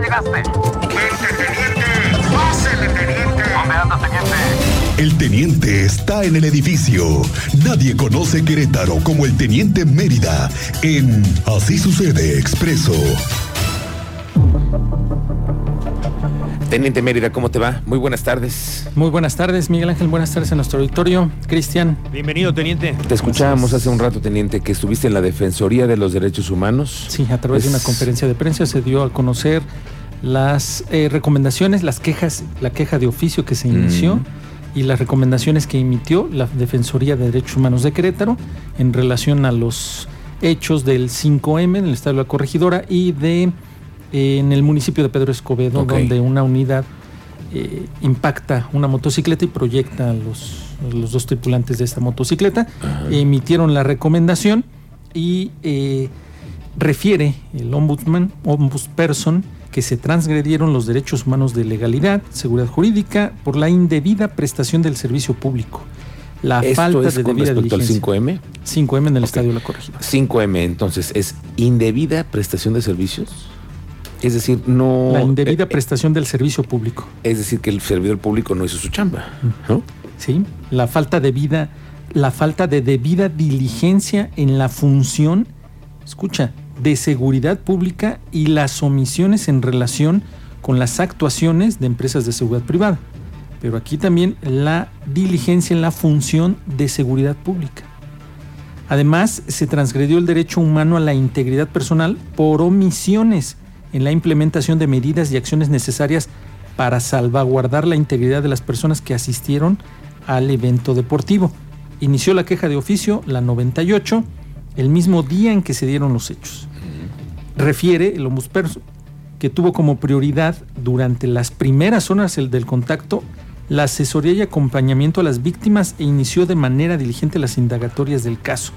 llegaste? Teniente! ¡Pásele, teniente! ¿Dónde andas, teniente? El teniente está en el edificio. Nadie conoce Querétaro como el teniente Mérida en Así Sucede Expreso. Teniente Mérida, ¿cómo te va? Muy buenas tardes. Muy buenas tardes, Miguel Ángel. Buenas tardes a nuestro auditorio. Cristian. Bienvenido, teniente. Te escuchábamos hace un rato, teniente, que estuviste en la Defensoría de los Derechos Humanos. Sí, a través de una conferencia de prensa se dio a conocer las recomendaciones, la queja de oficio que se inició y las recomendaciones que emitió la Defensoría de Derechos Humanos de Querétaro en relación a los hechos del 5M en el Estado de la Corregidora y en el municipio de Pedro Escobedo, donde una unidad impacta una motocicleta y proyecta a los dos tripulantes de esta motocicleta. Emitieron la recomendación y refiere el ombudsperson que se transgredieron los derechos humanos de legalidad, seguridad jurídica por la indebida prestación del servicio público. La falta de debida diligencia. ¿Esto es con respecto al 5M? 5M en el Estadio de la Corregidora. 5M, entonces, ¿es indebida prestación de servicios? Es decir, no... La indebida prestación del servicio público. Es decir, que el servidor público no hizo su chamba, ¿no? Sí, la falta de debida diligencia en la función, escucha, de seguridad pública y las omisiones en relación con las actuaciones de empresas de seguridad privada. Pero aquí también la diligencia en la función de seguridad pública. Además, se transgredió el derecho humano a la integridad personal por omisiones en la implementación de medidas y acciones necesarias para salvaguardar la integridad de las personas que asistieron al evento deportivo. Inició la queja de oficio, la 98, el mismo día en que se dieron los hechos. Refiere el ombudsperson que tuvo como prioridad durante las primeras horas del contacto la asesoría y acompañamiento a las víctimas e inició de manera diligente las indagatorias del caso.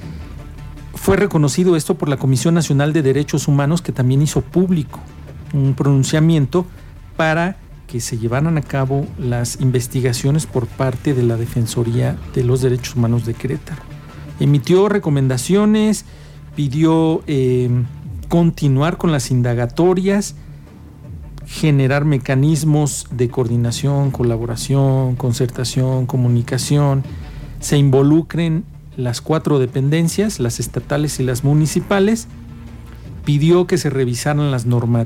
Fue reconocido esto por la Comisión Nacional de Derechos Humanos, que también hizo público un pronunciamiento para que se llevaran a cabo las investigaciones por parte de la Defensoría de los Derechos Humanos de Querétaro. Emitió recomendaciones, pidió continuar con las indagatorias, generar mecanismos de coordinación, colaboración, concertación, comunicación, se involucren las 4 dependencias, las estatales y las municipales. Pidió que se revisaran la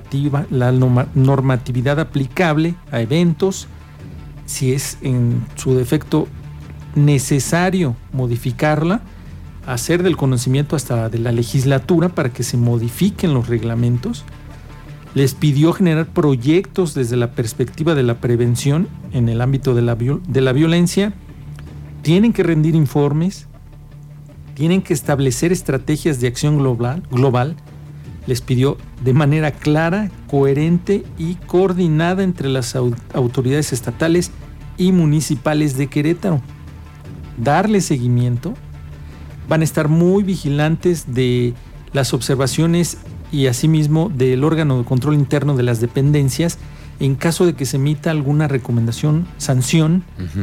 normatividad aplicable a eventos, si es en su defecto necesario modificarla, hacer del conocimiento hasta de la legislatura para que se modifiquen los reglamentos. Les pidió generar proyectos desde la perspectiva de la prevención en el ámbito de la violencia. Tienen que rendir informes, tienen que establecer estrategias de acción global. Les pidió de manera clara, coherente y coordinada entre las autoridades estatales y municipales de Querétaro. Darle seguimiento. Van a estar muy vigilantes de las observaciones y asimismo del órgano de control interno de las dependencias en caso de que se emita alguna recomendación, sanción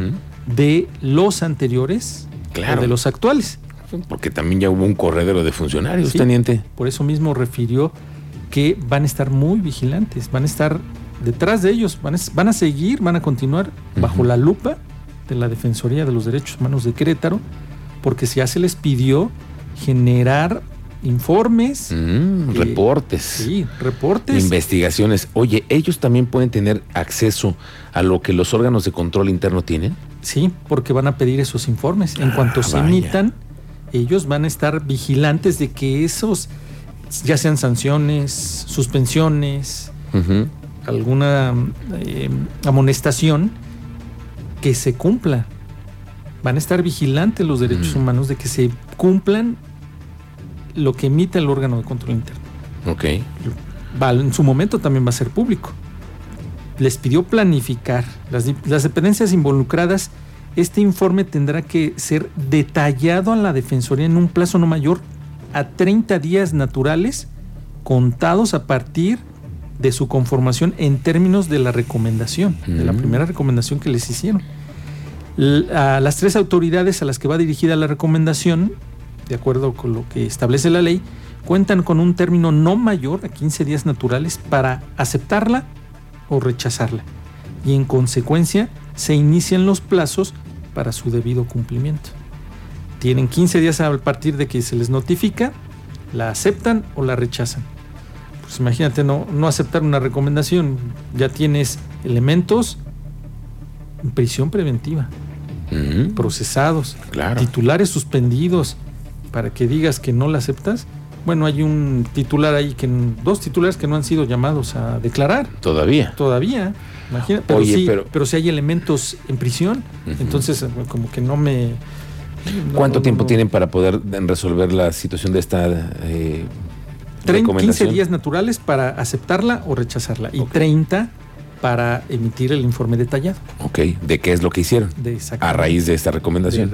de los anteriores o de los actuales. Porque también ya hubo un corredero de funcionarios, sí, teniente. Por eso mismo refirió que van a estar muy vigilantes, van a estar detrás de ellos, van a seguir, van a continuar bajo la lupa de la Defensoría de los Derechos Humanos de Querétaro, porque ya se les pidió generar informes, reportes. Sí, reportes. Investigaciones. Oye, ¿ellos también pueden tener acceso a lo que los órganos de control interno tienen? Sí, porque van a pedir esos informes. En cuanto se emitan, ellos van a estar vigilantes de que esos, ya sean sanciones, suspensiones, alguna amonestación, que se cumpla. Van a estar vigilantes los derechos humanos de que se cumplan lo que emite el órgano de control interno. Ok. En su momento también va a ser público. Les pidió planificar. Las dependencias involucradas, este informe tendrá que ser detallado a la Defensoría en un plazo no mayor a 30 días naturales, contados a partir de su conformación en términos de la recomendación, de la primera recomendación que les hicieron. A las 3 autoridades a las que va dirigida la recomendación, de acuerdo con lo que establece la ley, cuentan con un término no mayor a 15 días naturales para aceptarla o rechazarla. Y en consecuencia se inician los plazos para su debido cumplimiento. Tienen 15 días a partir de que se les notifica, la aceptan o la rechazan. Pues imagínate no aceptar una recomendación, ya tienes elementos en prisión preventiva, procesados, claro, titulares suspendidos, para que digas que no la aceptas. Bueno, hay un titular ahí, dos titulares que no han sido llamados a declarar. Todavía, imagínate. Pero si hay elementos en prisión, entonces como que no me... ¿Cuánto tiempo tienen para poder resolver la situación de esta 15 días naturales para aceptarla o rechazarla, y 30 para emitir el informe detallado. Ok, ¿de qué es lo que hicieron? A raíz de esta recomendación.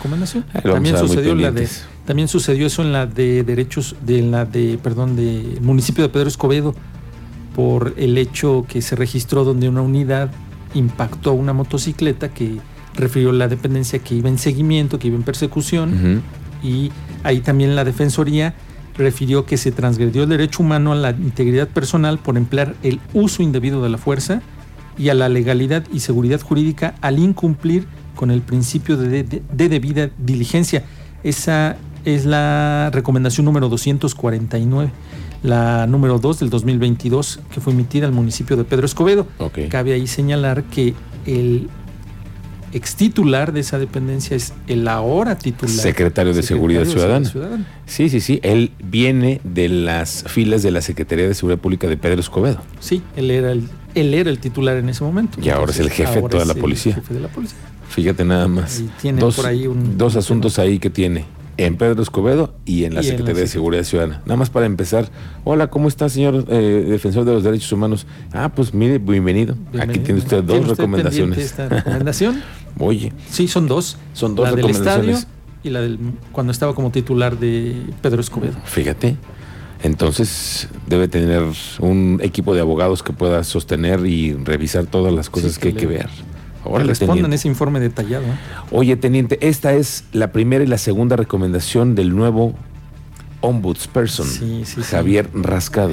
También sucedió eso en la de derechos, de municipio de Pedro Escobedo, por el hecho que se registró donde una unidad impactó a una motocicleta que refirió la dependencia que iba en seguimiento, que iba en persecución, y ahí también la Defensoría refirió que se transgredió el derecho humano a la integridad personal por emplear el uso indebido de la fuerza y a la legalidad y seguridad jurídica al incumplir con el principio de debida diligencia. Esa es la recomendación número 249, la número 2 del 2022, que fue emitida al municipio de Pedro Escobedo. Okay. Cabe ahí señalar que el extitular de esa dependencia es el ahora titular secretario de Seguridad Ciudadana. Sí, él viene de las filas de la Secretaría de Seguridad Pública de Pedro Escobedo. Sí, él era el titular en ese momento. Y ahora es el jefe de toda la policía. Jefe de la policía. Fíjate nada más. Y tiene dos, por ahí dos asuntos ahí que tiene, en Pedro Escobedo y en la Secretaría de Seguridad Ciudadana. Nada más para empezar. Hola, ¿cómo está, señor defensor de los derechos humanos? Pues mire, bienvenido. Aquí tiene usted dos recomendaciones. ¿Esta recomendación? Oye. Sí, son dos. Son dos la recomendaciones. Del estadio y la del cuando estaba como titular de Pedro Escobedo. Fíjate. Entonces debe tener un equipo de abogados que pueda sostener y revisar todas las cosas que hay que ver. Ahora respondan ese informe detallado. Oye, teniente, esta es la primera y la segunda recomendación del nuevo ombudsperson, Javier Rascado.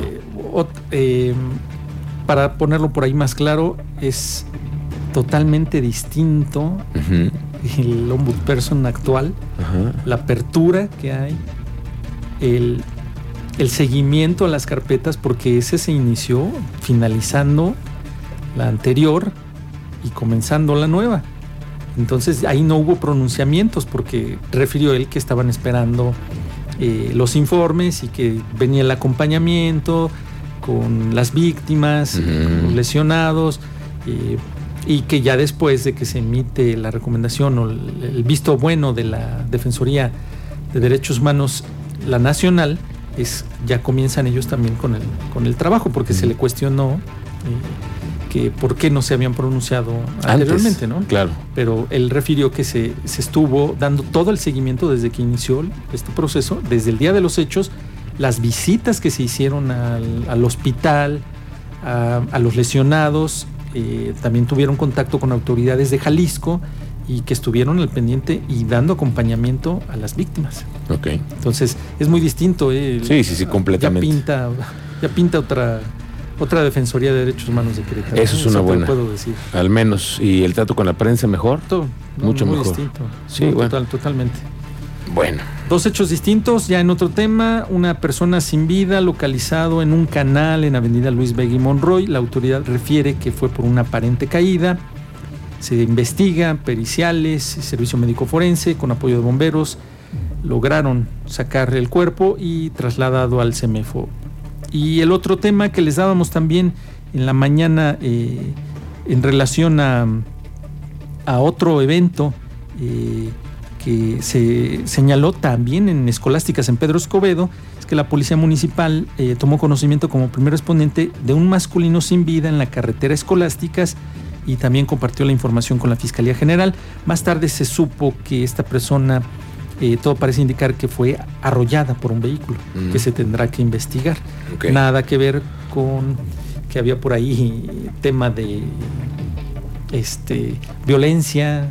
Para ponerlo por ahí más claro, es totalmente distinto el ombudsperson actual, la apertura que hay, el seguimiento a las carpetas, porque ese se inició finalizando la anterior y comenzando la nueva. Entonces ahí no hubo pronunciamientos, porque refirió él que estaban esperando los informes y que venía el acompañamiento con las víctimas, con los lesionados, y que ya después de que se emite la recomendación o el visto bueno de la Defensoría de Derechos Humanos, la nacional, ya comienzan ellos también con el trabajo, porque se le cuestionó que por qué no se habían pronunciado anteriormente, ¿no? Claro. Pero él refirió que se estuvo dando todo el seguimiento desde que inició este proceso, desde el día de los hechos, las visitas que se hicieron al hospital, a los lesionados, también tuvieron contacto con autoridades de Jalisco y que estuvieron al pendiente y dando acompañamiento a las víctimas. Ok. Entonces es muy distinto. Sí, completamente. Ya pinta otra Defensoría de Derechos Humanos de Querétaro. Eso es una buena. Puedo decir. Al menos. ¿Y el trato con la prensa mejor? Mucho muy mejor. Distinto. Sí, bueno. Totalmente. Bueno. Dos hechos distintos, ya en otro tema. Una persona sin vida localizado en un canal en Avenida Luis Vega y Monroy. La autoridad refiere que fue por una aparente caída. Se investiga, periciales, servicio médico forense con apoyo de bomberos lograron sacar el cuerpo y trasladado al CEMEFO. Y el otro tema que les dábamos también en la mañana en relación a otro evento que se señaló también en Escolásticas en Pedro Escobedo, es que la Policía Municipal tomó conocimiento como primer respondiente de un masculino sin vida en la carretera Escolásticas y también compartió la información con la Fiscalía General. Más tarde se supo que esta persona, todo parece indicar que fue arrollada por un vehículo, que se tendrá que investigar. Okay. Nada que ver con que había por ahí tema de violencia,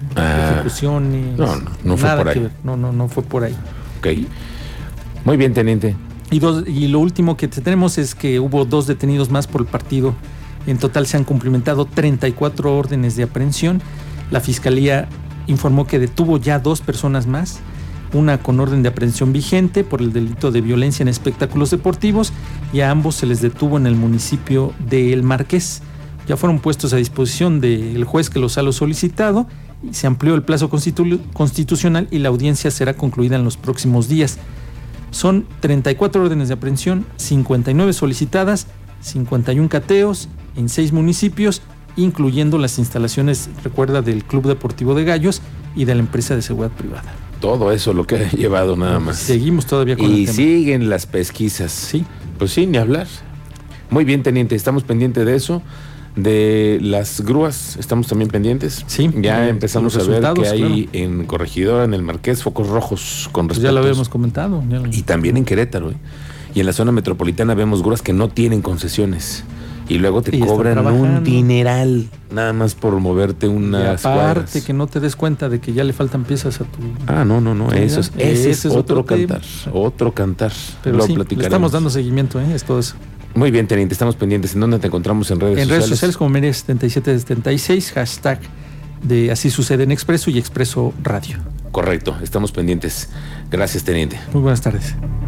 ejecuciones. No fue por ahí. No fue por ahí. Ok. Muy bien, teniente. Y lo último que tenemos es que hubo 2 detenidos más por el partido. En total se han cumplimentado 34 órdenes de aprehensión. La Fiscalía informó que detuvo ya 2 personas más, una con orden de aprehensión vigente por el delito de violencia en espectáculos deportivos, y a ambos se les detuvo en el municipio de El Marqués. Ya fueron puestos a disposición del juez que los ha solicitado, y se amplió el plazo constitucional y la audiencia será concluida en los próximos días. Son 34 órdenes de aprehensión, 59 solicitadas, 51 cateos en 6 municipios, incluyendo las instalaciones, recuerda, del Club Deportivo de Gallos y de la empresa de seguridad privada. Todo eso lo que ha llevado nada más. Seguimos todavía con el tema. Y siguen las pesquisas. Sí. Pues sí, ni hablar. Muy bien, teniente, estamos pendientes de eso. De las grúas, estamos también pendientes. Sí. Ya empezamos a ver que hay en Corregidora, en el Marqués, focos rojos con respecto. Ya lo habíamos comentado. Y también en Querétaro. Y en la zona metropolitana vemos grúas que no tienen concesiones. Y luego te cobran un dineral nada más por moverte unas cuadras. Aparte que no te des cuenta de que ya le faltan piezas a tu... No. Ese es otro cantar. Otro cantar. Pero sí, le estamos dando seguimiento, es todo eso. Muy bien, teniente, estamos pendientes. ¿En dónde te encontramos en redes sociales? En redes sociales como Mérida 7776, hashtag de Así Sucede en Expreso y Expreso Radio. Correcto, estamos pendientes. Gracias, teniente. Muy buenas tardes.